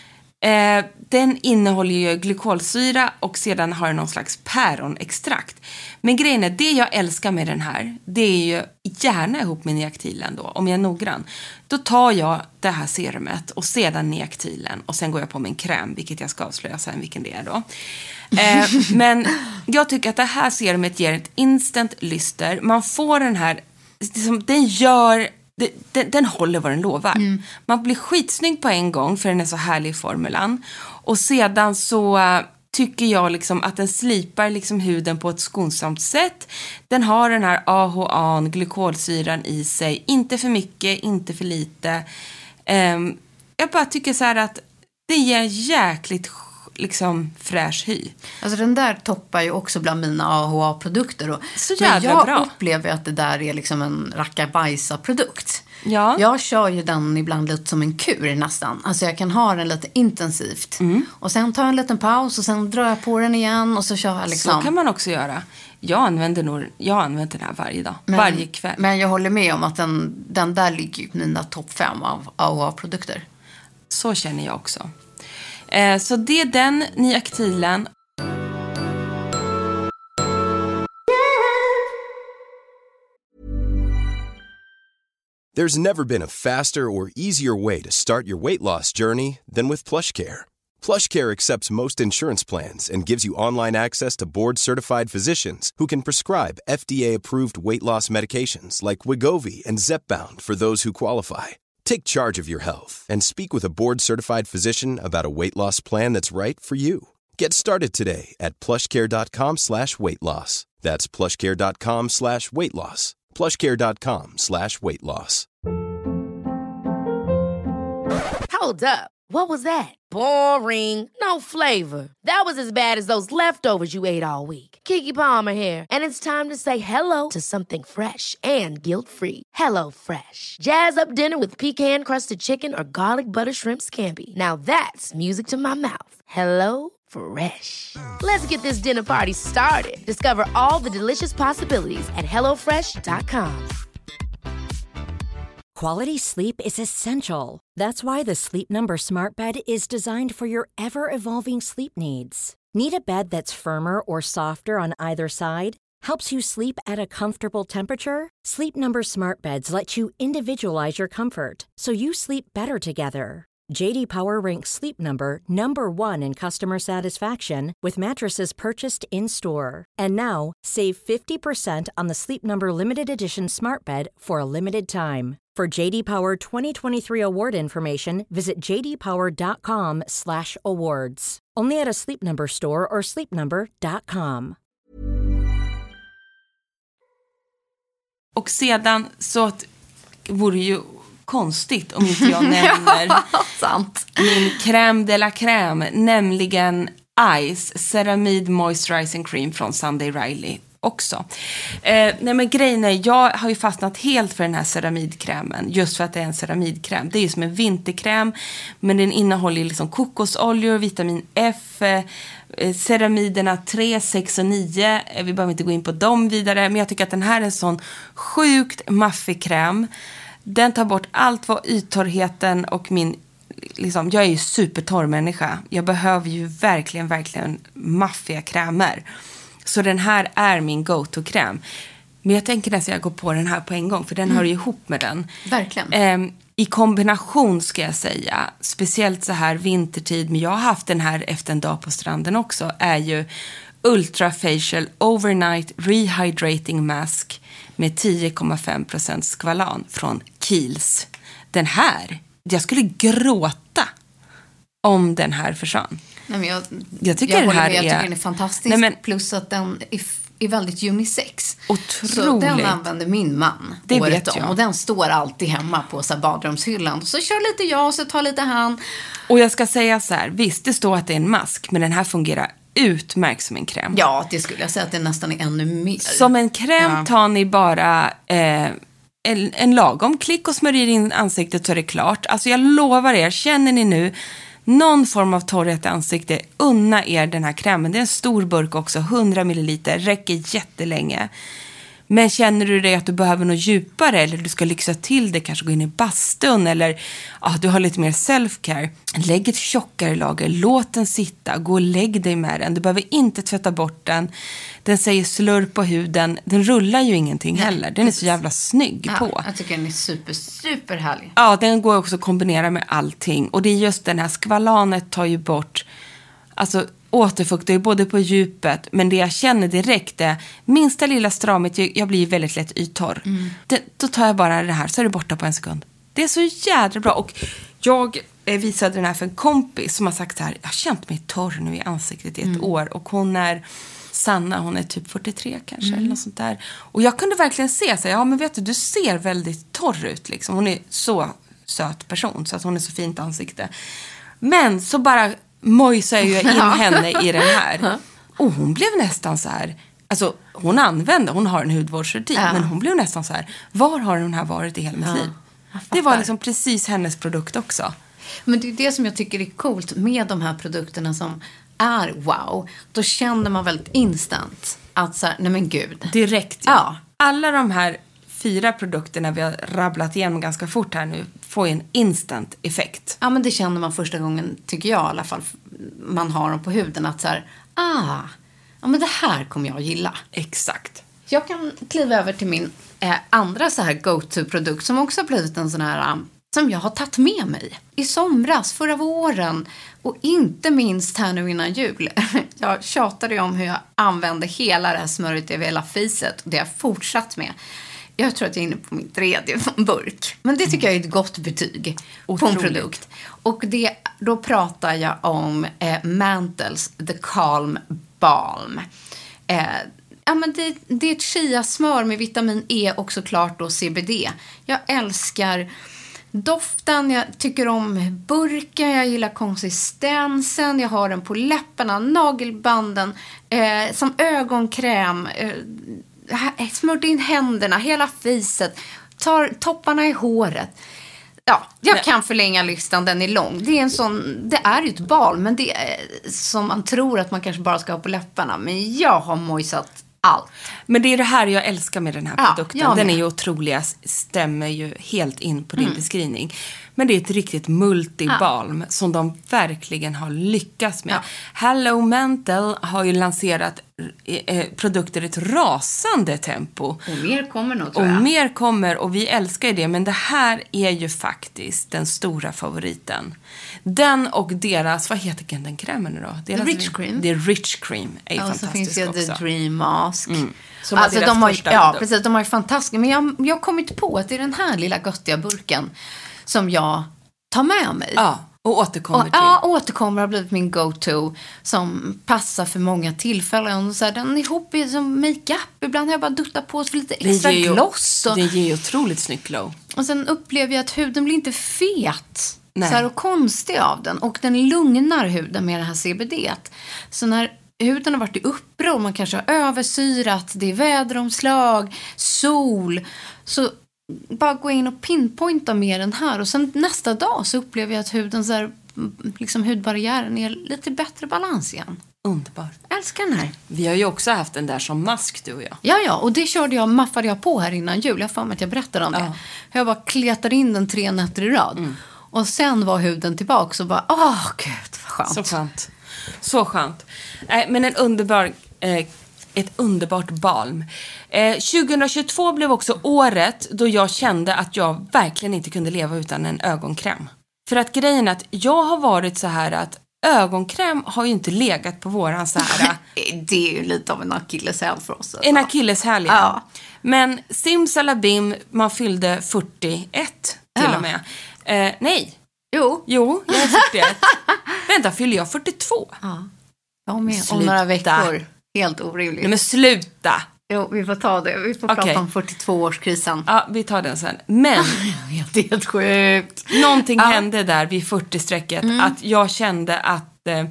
Eh, den innehåller ju glykolsyra och sedan har den någon slags päronextrakt. Men grejen är, det jag älskar med den här, det är ju gärna ihop med Niactilen då, om jag är noggrann. Då tar jag det här serumet och sedan Niactilen och sen går jag på min kräm, vilket jag ska avslöja sen vilken det är då. Eh, men jag tycker att det här serumet ger ett instant lyster. Man får den här, liksom, den gör... Den, den håller vad den lovar. Mm. Man blir skitsnygg på en gång för den är så härlig i formulan. Och sedan så uh, tycker jag liksom att den slipar liksom huden på ett skonsamt sätt. Den har den här A H A, glykolsyran i sig. Inte för mycket, inte för lite. Um, jag bara tycker så här att det ger jäkligt liksom fräsch hy. Alltså den där toppar ju också bland mina A H A-produkter. Och, så jävla men jag bra. upplever att det där är liksom en rackabajsa-produkt. Ja. Jag kör ju den ibland lite som en kur nästan. Alltså jag kan ha den lite intensivt. Mm. Och sen tar jag en liten paus och sen drar jag på den igen och så kör jag liksom. Så kan man också göra. Jag använder nog, jag använder den här varje dag. Men, varje kväll. Men jag håller med om att den, den där ligger ju på mina topp fem av A H A-produkter. Så känner jag också. Eh, så det är den Niactilen. There's never been a faster or easier way to start your weight loss journey than with PlushCare. PlushCare accepts most insurance plans and gives you online access to board-certified physicians who can prescribe F D A-approved weight loss medications like Wegovy and Zepbound for those who qualify. Take charge of your health and speak with a board-certified physician about a weight loss plan that's right for you. Get started today at plushcare.com slash weight loss. That's plushcare.com slash weight loss. plushcare.com slash weight loss. Hold up. What was that? Boring. No flavor. That was as bad as those leftovers you ate all week. Keke Palmer here, and it's time to say hello to something fresh and guilt-free. Hello Fresh. Jazz up dinner with pecan-crusted chicken or garlic butter shrimp scampi. Now that's music to my mouth. Hello Fresh. Let's get this dinner party started. Discover all the delicious possibilities at hello fresh dot com. Quality sleep is essential. That's why the Sleep Number Smart Bed is designed for your ever-evolving sleep needs. Need a bed that's firmer or softer on either side? Helps you sleep at a comfortable temperature? Sleep Number Smart Beds let you individualize your comfort, so you sleep better together. J D Power ranks Sleep Number number one in customer satisfaction with mattresses purchased in-store. And now, save fifty percent on the Sleep Number Limited Edition Smart Bed for a limited time. For J D Power twenty twenty-three award information, visit j d power dot com slash awards. Only at a Sleep Number store or sleep number dot com. Och sedan så att, vore ju konstigt om inte jag nämner Sant. min crème de la crème, nämligen Ice Ceramide Moisturizing Cream från Sunday Riley också. Eh, nej men grejen är, jag har ju fastnat helt för den här ceramidkrämen, just för att det är en ceramidkräm. Det är ju som en vinterkräm, men den innehåller liksom kokosoljor, vitamin F, eh, ceramiderna tre, sex och nio. Vi behöver inte gå in på dem vidare, men jag tycker att den här är en sån sjukt maffig kräm. Den tar bort allt vad yttorrheten och min, liksom, jag är ju supertorr människa. Jag behöver ju verkligen, verkligen maffiga krämer. Så den här är min go-to-kräm. Men jag tänker nästan jag går på den här på en gång, för den mm. hör ju ihop med den. Verkligen. Eh, I kombination ska jag säga, speciellt så här vintertid, men jag har haft den här efter en dag på stranden också, är ju Ultra Facial Overnight Rehydrating Mask med tio komma fem procent skvalan från Kiehl's. Den här, jag skulle gråta om den här försvann. Nej, men jag, jag tycker jag den här med, jag är... tycker den är fantastisk. Nej, men, plus att den är, är väldigt unisex. Otroligt. Så den använder min man det året vet om. jag. Och den står alltid hemma på så här badrumshyllan. Så kör lite jag, så tar lite han. Och jag ska säga så här, visst det står att det är en mask, men den här fungerar utmärkt som en kräm. Ja, det skulle jag säga att det nästan är ännu mer. Som en kräm ja. tar ni bara eh, en, en lagom klick och smörjer in ansiktet så är det klart. Alltså jag lovar er, känner ni nu någon form av torrhet i ansiktet, unna er den här krämen. Det är en stor burk också, hundra milliliter, räcker jättelänge. Men känner du dig att du behöver något djupare, eller du ska lyxa till det, kanske gå in i bastun, eller ja, du har lite mer self-care, lägg ett tjockare lager, låt den sitta, gå och lägg dig med den. Du behöver inte tvätta bort den. Den säger slurp på huden, den rullar ju ingenting Nej, heller. Den är så jävla snygg ja, på. Jag tycker den är super, super härlig. Ja, den går också att kombinera med allting. Och det är just den här skvalanet tar ju bort, alltså återfuktar ju både på djupet, men det jag känner direkt är minsta lilla stramhet, jag blir väldigt lätt yttorr. Mm. Det, då tar jag bara det här, så är det borta på en sekund. Det är så jädra bra. Och jag visade den här för en kompis som har sagt så här, jag har känt mig torr nu i ansiktet i ett mm. år. Och hon är Sanna, hon är typ fyrtiotre kanske, mm. eller något sånt där. Och jag kunde verkligen se så här, ja men vet du, du ser väldigt torr ut liksom. Hon är så söt person, så att hon är så fint ansikte. Men så bara mojsar jag in henne i den här. Och hon blev nästan så här, alltså hon använde, hon har en hudvårdsrutin, ja. men hon blev nästan så här, var har den här varit i hela mitt ja. liv? Det var liksom precis hennes produkt också. Men det är det som jag tycker är coolt med de här produkterna som är wow. Då känner man väldigt instant att så här, nej men gud. Direkt, ja. ja. Alla de här fyra produkterna vi har rabblat igenom ganska fort här nu får en instant effekt. Ja, men det känner man första gången, tycker jag i alla fall, man har dem på huden, att så här, ah, ja men det här kommer jag gilla. Exakt. Jag kan kliva över till min eh, andra så här go-to-produkt som också har blivit en sån här um, som jag har tagit med mig i somras, förra våren och inte minst här nu innan jul. Jag tjatade om hur jag använde hela det här smörjet över hela fiset och det har jag fortsatt med. Jag tror att jag är inne på min tredje burk. Men det tycker jag är ett gott betyg Otroligt. på en produkt. Och det, då pratar jag om eh, Mantles The Calm Balm. Eh, ja, men det, det är ett chia-smör med vitamin E och såklart då C B D. Jag älskar doften, jag tycker om burken, jag gillar konsistensen, jag har den på läpparna, nagelbanden, eh, som ögonkräm, eh, smört in händerna, hela fiset, tar topparna i håret. Ja, jag Nej. kan förlänga listan, den är lång. Det är en sån, det är ju ett bal, men det är som man tror att man kanske bara ska ha på läpparna. Men jag har mojsat allt. Men det är det här jag älskar med den här Ja, produkten. Den är ju otroliga, stämmer ju helt in på din mm. beskrivning. Men det är ett riktigt multibalm ja. som de verkligen har lyckats med. Ja. Hello Mental har ju lanserat eh, produkter i ett rasande tempo. Och mer kommer nog, tror jag. Och mer kommer, och vi älskar ju det. Men det här är ju faktiskt den stora favoriten. Den och deras, vad heter den krämen nu då? Deras, The Rich Cream. The Rich Cream är ju ja, fantastisk också. Och så finns ju The Dream Mask. Mm. Som alltså de har, ja, precis, de har ju fantastiska. Men jag, jag har kommit på att det är den här lilla göttiga burken som jag tar med mig. Ja, och återkommer och, till. Ja, återkommer har blivit min go-to som passar för många tillfällen. Och så här, den är ihop i som make-up. Ibland har jag bara duttat på så lite extra det gloss. Och, det ger ju otroligt snyggt glow. Och sen upplever jag att huden blir inte fet. Nej. Så här, och konstig av den. Och den lugnar huden med det här C B D. Så när huden har varit i uppror, man kanske har översyrat, det är väderomslag, sol, så bara gå in och pinpointa med den här. Och sen nästa dag så upplever jag att huden så här, liksom hudbarriären är lite bättre balans igen. Underbart. Jag älskar den här. Vi har ju också haft den där som mask, du och jag. Ja, ja. Och det körde jag, maffade jag på här innan jul. Jag får mig att jag berättade om det. Ja. Jag bara kletade in den tre nätter i rad. Mm. Och sen var huden tillbaka och bara, åh gud, vad skönt. Så skönt. Så skönt. Äh, men en underbar... Eh, ett underbart balm. Eh, tjugohundratjugotvå blev också året då jag kände att jag verkligen inte kunde leva utan en ögonkräm. För att grejen är att jag har varit så här att ögonkräm har ju inte legat på våran så här. Det är ju lite av en akilleshäl för oss. En akilleshäl, ja. ja. Men simsalabim, man fyllde fyrtioett till ja. och med. Eh, nej. Jo. Jo, jag är fyrtioett. Vänta, fyller jag fyrtiotvå? Ja. Jag med om några veckor. Helt orimligt. Nej, men sluta. Jo, vi får ta det. Vi får okay. prata om fyrtiotvå-årskrisen. Ja, vi tar den sen. Men det är helt sjukt. Någonting ja. hände där vid fyrtio-strecket. Mm. Att jag kände att eh,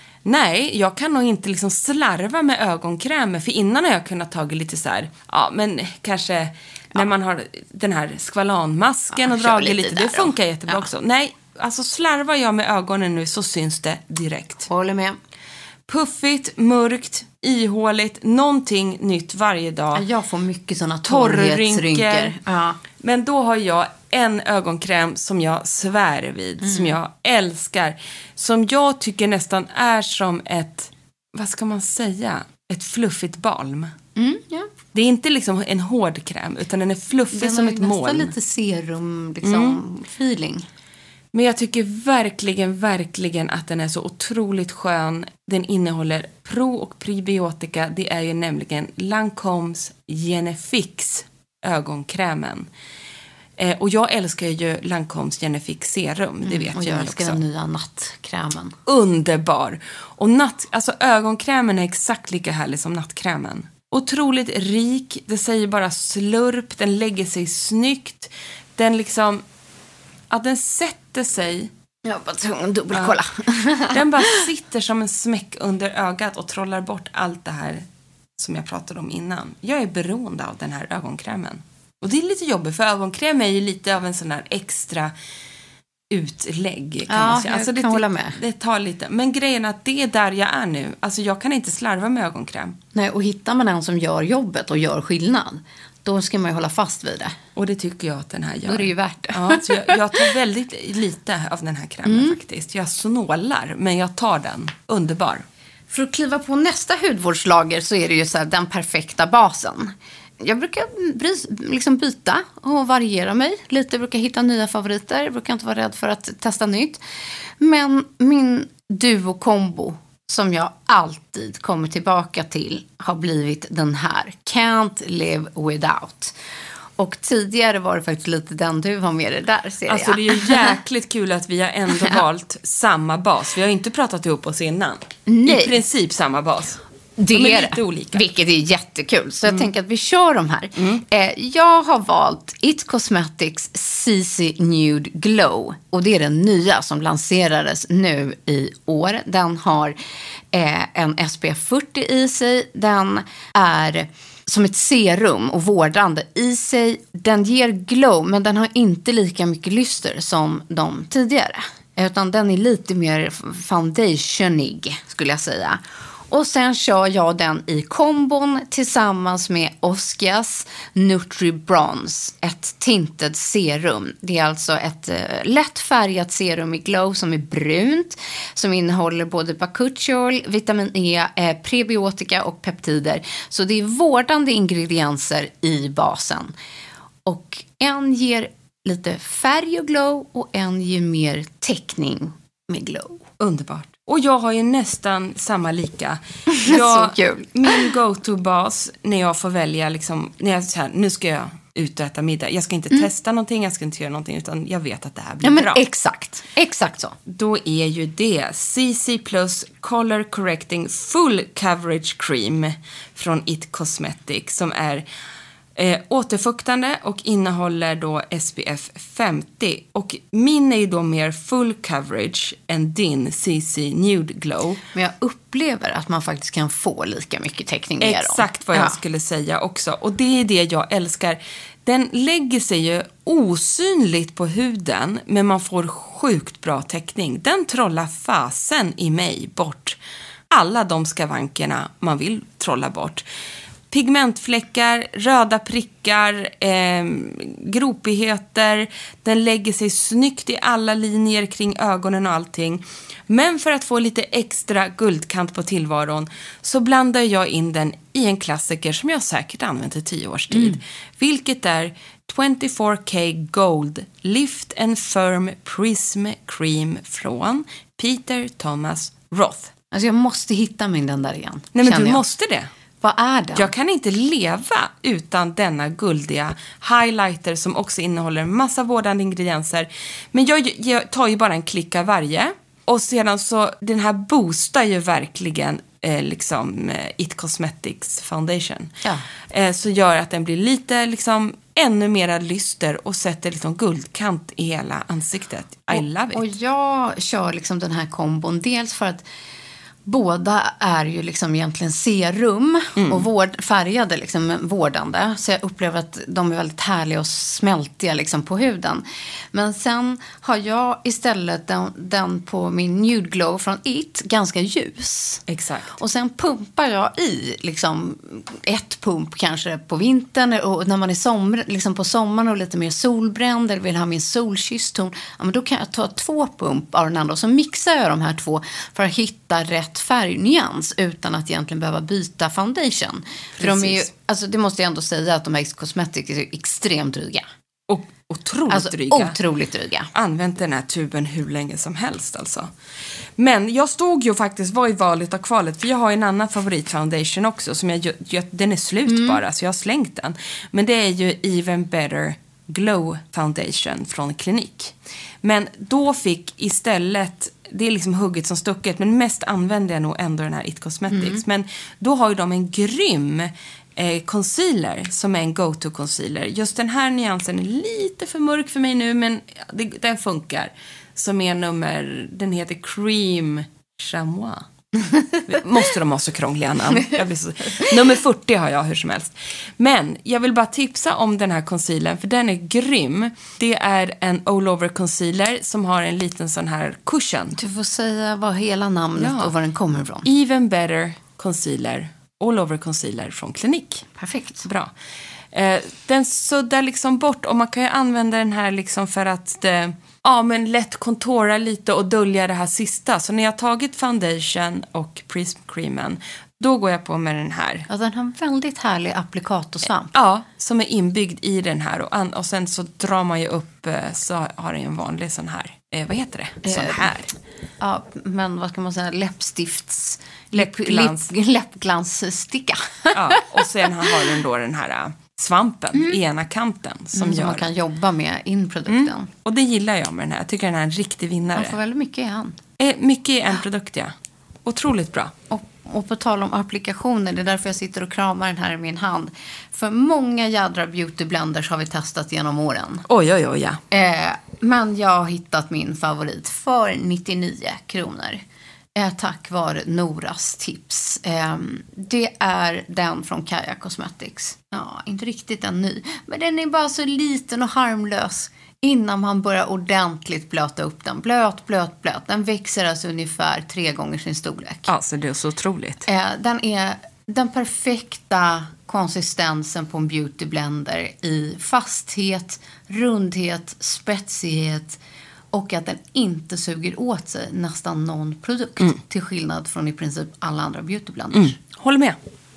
nej, jag kan nog inte liksom slarva med ögonkrämer. För innan har jag kunnat ta lite så här, ja, men kanske ja. när man har den här skvalanmasken ja, och dragit lite. lite det funkar då. jättebra ja. också. Nej, alltså slarvar jag med ögonen nu så syns det direkt. Håller med. Puffigt, mörkt, ihåligt, någonting nytt varje dag. Jag får mycket sådana torrhetsrynkor. Ja. Men då har jag en ögonkräm som jag svär vid, mm. som jag älskar. Som jag tycker nästan är som ett, vad ska man säga, ett fluffigt balm. Mm, ja. Det är inte liksom en hård kräm, utan den är fluffig den som ett moln. Den har lite serum, liksom, mm. feeling. Men jag tycker verkligen, verkligen att den är så otroligt skön. Den innehåller pro- och prebiotika. Det är ju nämligen Lancomes Genefix ögonkrämen. Eh, och jag älskar ju Lancomes Genefix serum. Det vet mm, och jag, jag älskar också. Den nya nattkrämen. Underbar. Och natt, alltså ögonkrämen är exakt lika härlig som nattkrämen. Otroligt rik. Det säger bara slurp. Den lägger sig snyggt. Den liksom... Att den sätter sig... Jag var tvungen att dubbelkolla. Ja. Den bara sitter som en smäck under ögat och trollar bort allt det här som jag pratade om innan. Jag är beroende av den här ögonkrämen. Och det är lite jobbigt, för ögonkräm är ju lite av en sån här extra utlägg. Kan ja, man säga. Alltså jag det, kan hålla med. Det tar lite. Men grejen är att det är där jag är nu. Alltså jag kan inte slarva med ögonkräm. Nej, och hittar man en som gör jobbet och gör skillnad, då ska man ju hålla fast vid det. Och det tycker jag att den här gör. Då är det ju värt det. Ja, så jag, jag tar väldigt lite av den här krämen mm. faktiskt. Jag snålar, men jag tar den. Underbar. För att kliva på nästa hudvårdslager så är det ju så här, den perfekta basen. Jag brukar liksom byta och variera mig lite. Jag brukar hitta nya favoriter. Jag brukar inte vara rädd för att testa nytt. Men min duo-kombo som jag alltid kommer tillbaka till har blivit den här. Can't live without. Och tidigare var det faktiskt lite den du har med dig där, ser alltså, jag. det är ju jäkligt kul att vi har ändå valt samma bas. Vi har inte pratat ihop oss innan. Nej. I princip samma bas. Det De är är lite olika. Vilket är jättekul. Så jag mm. tänker att vi kör de här. Mm. Eh, jag har valt It Cosmetics C C Nude Glow. Och det är den nya som lanserades nu i år. Den har eh, en S P F fyrtio i sig. Den är som ett serum och vårdande i sig. Den ger glow, men den har inte lika mycket lyster som de tidigare. Utan den är lite mer foundationig, skulle jag säga. Och sen kör jag den i kombon tillsammans med Oscias Nutri Bronze, ett tinted serum. Det är alltså ett eh, lätt färgat serum i glow som är brunt, som innehåller både bakuchiol, vitamin E, eh, prebiotika och peptider. Så det är vårdande ingredienser i basen. Och en ger lite färg och glow och en ger mer täckning med glow. Underbart. Och jag har ju nästan samma lika. Jag, Så kul. Min go-to-bas när jag får välja, liksom, när jag så här, nu ska jag ut och äta middag. Jag ska inte mm. testa någonting, jag ska inte göra någonting, utan jag vet att det här blir ja, men bra. Exakt, exakt så. Då är ju det C C plus Color Correcting Full Coverage Cream från It Cosmetics som är Eh, återfuktande och innehåller då S P F femtio. Och min är ju då mer full coverage än din C C Nude Glow. Men jag upplever att man faktiskt kan få lika mycket täckning med dem. Exakt vad jag ja. skulle säga också. Och det är det jag älskar. Den lägger sig ju osynligt på huden, men man får sjukt bra täckning. Den trollar fasen i mig bort alla de skavankerna man vill trolla bort. Pigmentfläckar, röda prickar, eh, gropigheter. Den lägger sig snyggt i alla linjer kring ögonen och allting. Men för att få lite extra guldkant på tillvaron så blandar jag in den i en klassiker som jag säkert använt i tio års tid. Mm. Vilket är tjugofyra K Gold Lift and Firm Prism Cream från Peter Thomas Roth. Alltså jag måste hitta min den där igen. Nej, men du jag. måste det. Vad är det? Jag kan inte leva utan denna guldiga highlighter som också innehåller en massa vårdande ingredienser. Men jag, jag tar ju bara en klick av varje. Och sedan så, den här boostar ju verkligen eh, liksom eh, It Cosmetics Foundation. Ja. Eh, så gör att den blir lite liksom ännu mera lyster och sätter liksom guldkant i hela ansiktet. I och, love it. Och jag kör liksom den här kombon dels för att båda är ju liksom egentligen serum mm. och vård, färgade liksom vårdande. Så jag upplever att de är väldigt härliga och smältiga liksom på huden. Men sen har jag istället den, den på min Nude Glow från It ganska ljus. Exakt. Och sen pumpar jag i liksom ett pump kanske på vintern och när man är sommar, liksom på sommaren och lite mer solbränd eller vill ha min solkystton, ja, men då kan jag ta två pump av den andra och så mixar jag de här två för att hitta rätt färgnyans utan att egentligen behöva byta foundation. Precis. För de är ju, alltså det måste jag ändå säga att de här Cosmetics är extremt dryga. Och otroligt alltså, dryga. Otroligt dryga. Använt den här tuben hur länge som helst alltså. Men jag stod ju faktiskt, var i valet av kvalet, för jag har en annan favoritfoundation också som jag, jag den är slut mm. bara så jag har slängt den. Men det är ju Even Better Glow Foundation från Clinique. Men då fick istället, det är liksom hugget som stucket, men mest använder jag nog ändå den här It Cosmetics. Mm. Men då har ju de en grym eh, concealer som är en go-to-concealer. Just den här nyansen är lite för mörk för mig nu, men det, den funkar. Som är nummer, den heter Cream Chamois. Måste de ha så krångliga namn? Jag blir så... Nummer fyrtio har jag hur som helst. Men jag vill bara tipsa om den här concealern, för den är grym. Det är en all-over concealer som har en liten sån här cushion. Du får säga vad hela namnet ja. och var den kommer ifrån. Even Better Concealer, all-over concealer från Clinique. Perfekt. Bra. Eh, den suddar liksom bort, och man kan ju använda den här liksom för att det, ja, men lätt kontora lite och dölja det här sista. Så när jag har tagit foundation och prism creamen, då går jag på med den här. Ja, den har en väldigt härlig applikatorsvamp. Ja, som är inbyggd i den här. Och, an- och sen så drar man ju upp, så har den en vanlig sån här. Eh, vad heter det? Sån här. Ja, men vad ska man säga? Läppstifts... Läppglans. Läpp, läppglanssticka. Ja, och sen har den då den här svampen mm. i ena kanten. Som, mm, gör... som man kan jobba med in produkten. Mm. Och det gillar jag med den här. Jag tycker den här är en riktig vinnare. Man får väldigt mycket i hand. Eh, mycket i en produkt, ja. Otroligt bra. Och, och på tal om applikationer, det är därför jag sitter och kramar den här i min hand. För många jädra beauty blenders har vi testat genom åren. Oj, oj, oj, ja. Eh, men jag har hittat min favorit för nittionio kronor. Eh, tack vare Noras tips. Eh, det är den från Kaja Cosmetics. Ja, inte riktigt en ny. Men den är bara så liten och harmlös. innan man börjar ordentligt blöta upp den. Blöt, blöt, blöt. Den växer alltså ungefär tre gånger sin storlek. Alltså det är så otroligt. Eh, den är den perfekta konsistensen på en beautyblender i fasthet, rundhet, spetsighet och att den inte suger åt sig nästan någon produkt mm. till skillnad från i princip alla andra beautyblenders. Mm. Håller med.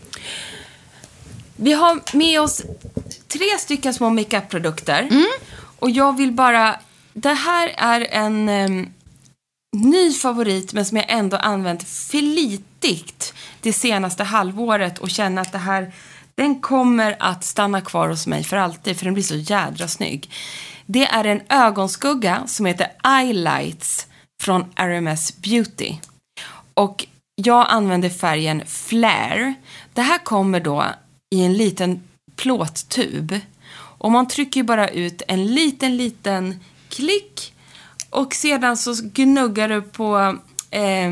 Vi har med oss tre stycken små makeup-produkter. Mm. Och jag vill bara... Det här är en um, ny favorit men som jag ändå använt flitigt det senaste halvåret och känner att det här... Den kommer att stanna kvar hos mig för alltid för den blir så jädra snygg. Det är en ögonskugga som heter Eyelights från R M S Beauty. Och jag använder färgen Flare. Det här kommer då i en liten plåttub. Och man trycker bara ut en liten, liten klick. Och sedan så gnuggar du på eh,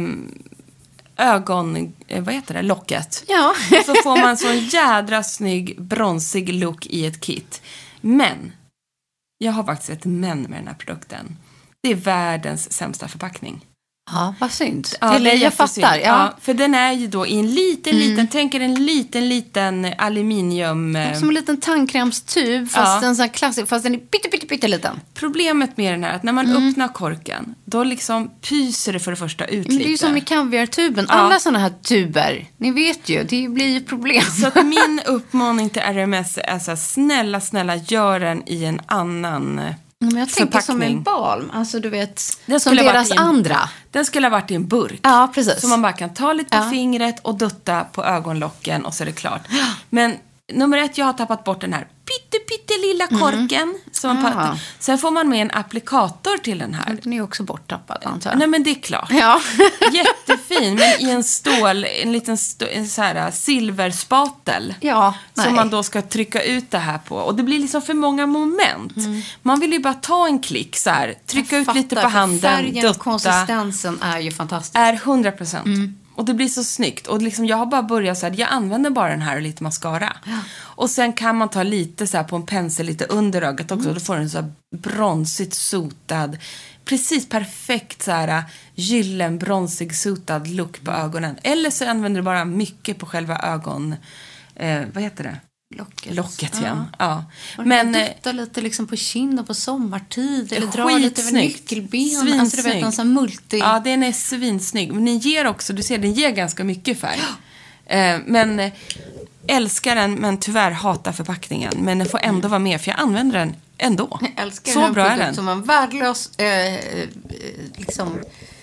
ögon... Eh, vad heter det? Locket. Ja. Och så får man så en jädra snygg, bronsig look i ett kit. Men... Jag har faktiskt ett men med den här produkten. Det är världens sämsta förpackning. Ja, vad synd. Ja, Till jag fattar. Ja. Ja, för den är ju då i en liten, mm. liten, tänker en liten, liten aluminium... Som en liten tandkrämstub, fast ja. en sån klassisk, fast den är pytte, pytte, pytte liten. Problemet med den är att när man mm. öppnar korken, då liksom pyser det för det första ut lite. Det är ju som i kaviartuben. Ja. Alla såna här tuber, ni vet ju, det blir ju problem. Så att min uppmaning till R M S är så här, snälla, snälla, gör den i en annan... Men jag tänker som en balm. Alltså du vet, den som deras en, andra. Den skulle ha varit i en burk. Ja, precis. Så man bara kan ta lite på ja. fingret och dutta på ögonlocken och så är det klart. Men nummer ett, jag har tappat bort den här pytte, pytte lilla korken. Mm. Som man ja. Sen får man med en applikator till den här. Den är också borttappad, antar jag. Nej, men det är klart. Ja. Jättefin, men i en stål, en liten stå, en så här silverspatel. Ja, som nej. man då ska trycka ut det här på. Och det blir liksom för många moment. Mm. Man vill ju bara ta en klick så här, trycka jag ut fattar, lite på handen, färgen och konsistensen är ju fantastisk. Är hundra procent. Mm. Och det blir så snyggt. Och liksom jag har bara börjat så här, jag använder bara den här och lite mascara. Ja. Och sen kan man ta lite så här på en pensel lite under ögat också. Mm. Då får den så här bronsigt sotad. Precis perfekt så här gyllen, bronsig, sotad look på ögonen. Eller så använder du bara mycket på själva ögon... Eh, vad heter det? Locket. Locket igen. Ja. Ja. Men dutta lite liksom på kind och på sommartid. Eller dra lite över nyckelben. Svinsnygg. Alltså du vet en sån multi... Ja, den är svinsnygg. Men den ger också, du ser, den ger ganska mycket färg. Ja. Eh, men eh, älskar den, men tyvärr hatar förpackningen. Men den får ändå mm. vara med, för jag använder den ändå. Jag älskar så den bra är den. Som en värdelös eh, liksom...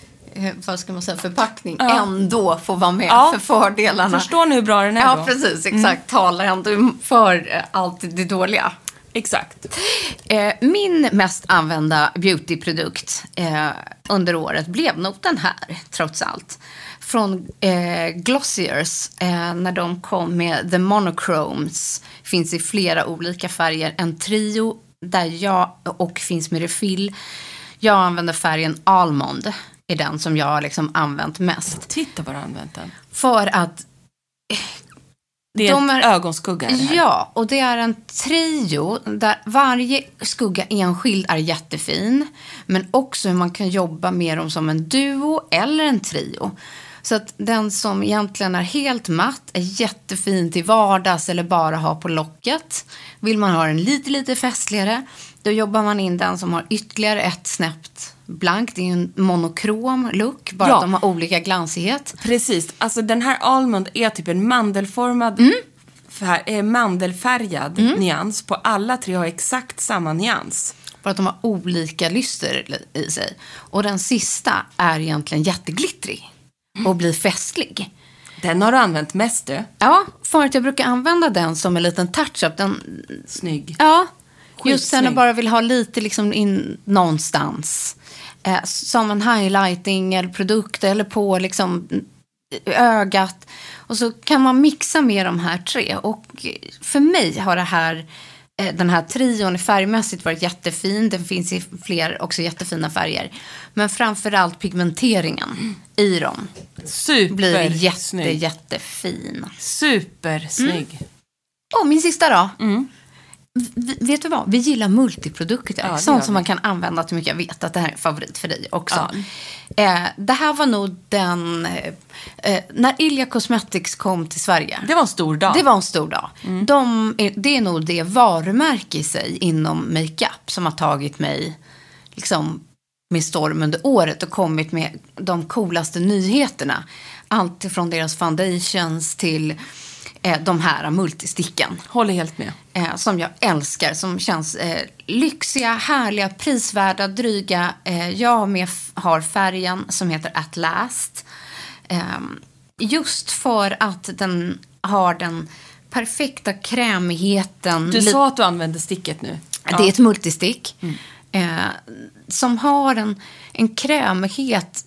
vad ska man säga, förpackning ja. ändå får vara med ja. för fördelarna. Förstår ni hur bra den är ja, då? Ja, precis. Exakt. Mm. Talar ändå för allt det dåliga. Exakt. Eh, min mest använda beautyprodukt eh, under året blev nog den här, trots allt. Från eh, Glossiers, eh, när de kom med The Monochromes. Finns i flera olika färger. En trio där jag, och finns med refill. Jag använder färgen Almond. Är den som jag har liksom använt mest. Titta vad du har använt den. För att... Det är de en är, ögonskugga. Det här. Ja, och det är en trio där varje skugga enskild är jättefin. Men också hur man kan jobba med dem som en duo eller en trio. Så att den som egentligen är helt matt är jättefin till vardags eller bara ha på locket. Vill man ha den lite, lite festligare, då jobbar man in den som har ytterligare ett snäppt blankt. Det är ju en monokrom look, bara ja. att de har olika glansighet. Precis, alltså den här Almond är typ en mandelformad, mm. fär, eh, mandelfärgad mm. nyans. På alla tre har exakt samma nyans. Bara att de har olika lyster i sig. Och den sista är egentligen jätteglittrig och blir festlig. Den har du använt mest, du? Ja, för att jag brukar använda den som en liten touch-up. Den... Snygg. Ja, just sen jag bara vill ha lite liksom in någonstans. Eh, som en highlighting eller produkt eller på liksom ögat. Och så kan man mixa med de här tre. Och för mig har det här, eh, den här trion färgmässigt varit jättefin. Den finns i fler också jättefina färger. Men framförallt pigmenteringen mm. i dem. Super blir jätte, snygg. jättefin. Supersnygg. Mm. Och min sista då. Mm. vi, vet du vad? Vi gillar multiprodukter. Ja, sånt som man kan använda till mycket. Jag vet att det här är en favorit för dig också. Ja. Eh, det här var nog den... Eh, när Ilia Cosmetics kom till Sverige. Det var en stor dag. Det var en stor dag. Mm. De, det är nog det varumärke i sig inom makeup som har tagit mig liksom med storm under året och kommit med de coolaste nyheterna. Allt från deras foundations till eh, de här multisticken. Håller helt med. Eh, som jag älskar. Som känns eh, lyxiga, härliga, prisvärda, dryga. Eh, jag med f- har färgen som heter At Last. Eh, just för att den har den perfekta krämigheten. Du sa att du använde sticket nu. Det är ett multistick. Mm. Eh, som har en, en krämighet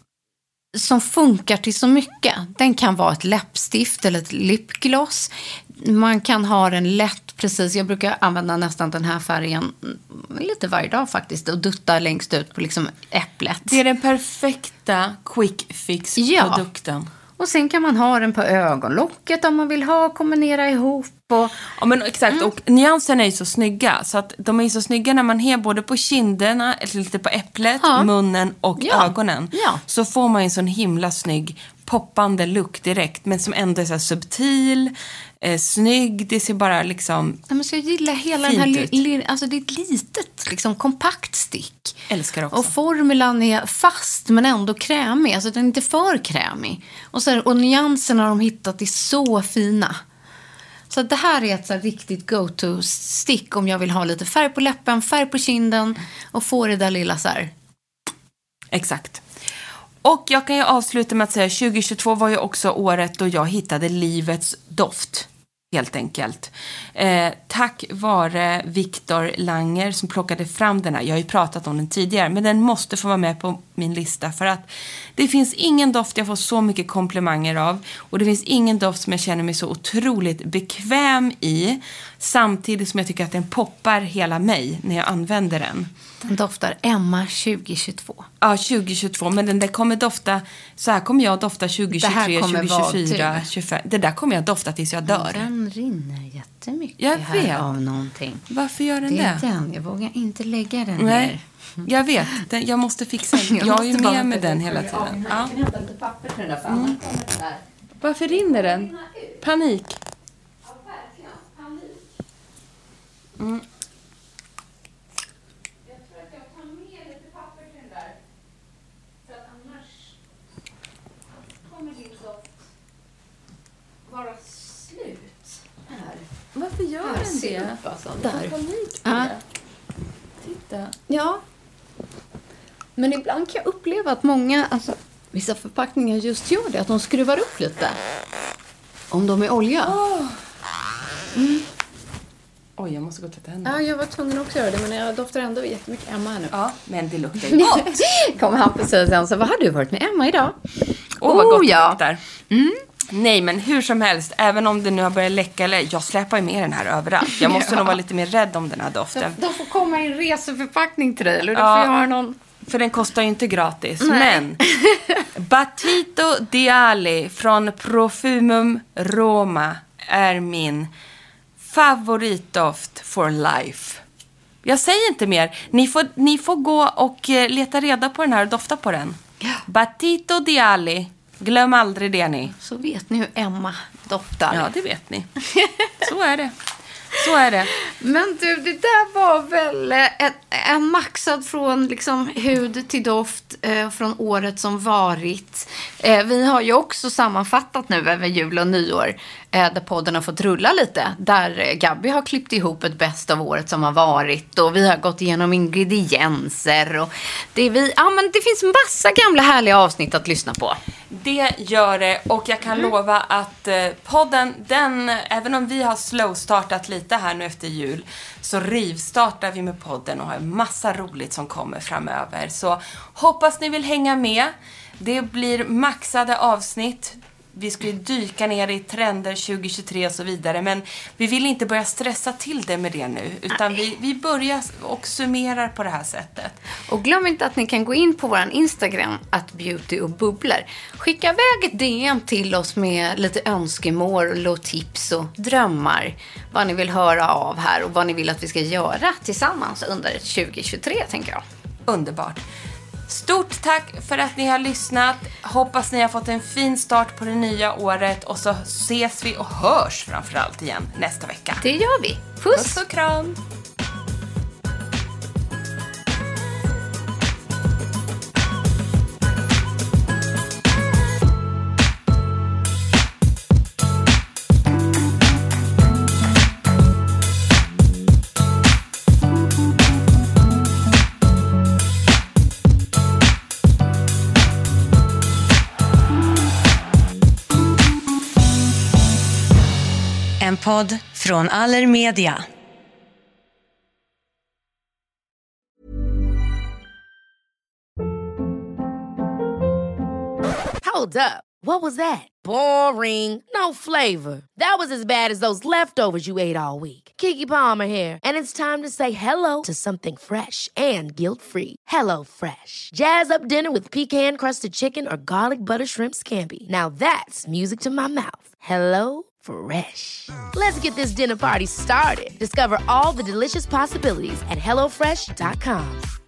som funkar till så mycket. Den kan vara ett läppstift eller ett lipgloss. Man kan ha den lätt, precis. Jag brukar använda nästan den här färgen lite varje dag faktiskt. Och dutta längst ut på liksom äpplet. Det är den perfekta quick fix-produkten. Ja. Och sen kan man ha den på ögonlocket om man vill ha, kombinera ihop. Och... Ja, men exakt. Mm. Och nyanserna är så snygga. Så att de är så snygga när man har både på kinderna, eller lite på äpplet, ja. munnen och ja. ögonen. Ja. Så får man en sån himla snygg, poppande look direkt. Men som ändå är så här subtil, eh, snygg. Det ser bara liksom ja, men så jag gillar hela den här, li- li- alltså det är ett litet, liksom kompakt stick. Älskar också. Och formulan är fast men ändå krämig. Alltså den är inte för krämig. Och, så här, och nyanserna har de hittat är så fina. Så det här är ett så här riktigt go-to-stick om jag vill ha lite färg på läppen, färg på kinden och få det där lilla så här. Exakt. Och jag kan ju avsluta med att säga tjugo tjugotvå var ju också året då jag hittade livets doft. Helt enkelt. Eh, tack vare Victor Langer som plockade fram den här. Jag har ju pratat om den tidigare. Men den måste få vara med på min lista. För att det finns ingen doft jag får så mycket komplimanger av. Och det finns ingen doft som jag känner mig så otroligt bekväm i. Samtidigt som jag tycker att den poppar hela mig när jag använder den. Den doftar Emma tjugo tjugotvå. Ja, tjugo tjugotvå. Men den där kommer dofta... Så här kommer jag dofta tjugo tjugotre, tjugo tjugofyra, tjugofem. Det där kommer jag dofta tills jag dör. Den rinner jättemycket jag här vet. av någonting. Varför gör den det? Det är den. Jag vågar inte lägga den Nej. ner. Jag vet. Den, jag måste fixa den. Jag, jag är ju med med den hela tiden. Ja. Jag kan hämta lite papper till den där. Mm. där. Varför rinner den? Panik. Ja, verkligen. Panik. Mm. Vara slut här. Varför gör här, den det? Upp, alltså. Där. Där. Panik på det. Titta. Ja. Men ibland kan jag uppleva att många, alltså vissa förpackningar just gör det. Att de skruvar upp lite. Om de är olja. Oh. Mm. Oj, jag måste gå och tvätta händerna. Ja, jag var tvungen också göra det. Men jag doftar ändå jättemycket Emma här nu. Ja, men det luktar ju gott. Kommer han precis sen så, vad har du varit med Emma idag? Åh, oh, vad gott ja. Det luktar. Mm. Nej, men hur som helst, även om det nu har börjat läcka, eller jag släpar ju med den här överallt. Jag måste ja. nog vara lite mer rädd om den här doften. De, de får komma i en reseförpackning till dig, eller? Ja, får jag ha någon... för den kostar ju inte gratis. Nej. Men Batito di Ali från Profumum Roma är min favoritdoft for life. Jag säger inte mer. Ni får, ni får gå och leta reda på den här och dofta på den. Ja. Batito di Ali. Glöm aldrig det ni. Så vet ni hur Emma doftar. Ja, det vet ni. Så är det. Så är det. Men du, det där var väl en, en maxad från liksom hud till doft eh, från året som varit. Eh, vi har ju också sammanfattat nu över jul och nyår eh, där podden har fått rulla lite. Där eh, Gabby har klippt ihop ett bäst av året som har varit och vi har gått igenom ingredienser och det, vi, ja, men det finns massa gamla härliga avsnitt att lyssna på. Det gör det och jag kan mm. lova att eh, podden, den, även om vi har slow-startat lite här nu efter jul så rivstartar vi med podden och har en massa roligt som kommer framöver. Så hoppas ni vill hänga med. Det blir maxade avsnitt. vi ska ju dyka ner i trender tjugo tjugotre och så vidare. Men vi vill inte börja stressa till det med det nu. Utan vi, vi börjar och summerar på det här sättet. Och glöm inte att ni kan gå in på vår Instagram, att beauty och bubblor. Skicka iväg ett D M till oss med lite önskemål och tips och drömmar. Vad ni vill höra av här och vad ni vill att vi ska göra tillsammans under tjugo tjugotre, tänker jag. Underbart. Stort tack för att ni har lyssnat. Hoppas ni har fått en fin start på det nya året. Och så ses vi och hörs framförallt igen nästa vecka. Det gör vi. Puss, Puss och kram. En podd från Allermedia. Hold up. What was that? Boring. No flavor. That was as bad as those leftovers you ate all week. Keke Palmer here, and it's time to say hello to something fresh and guilt-free. Hello Fresh. Jazz up dinner with pecan-crusted chicken or garlic butter shrimp scampi. Now that's music to my mouth. Hello Fresh. Let's get this dinner party started. Discover all the delicious possibilities at hello fresh dot com.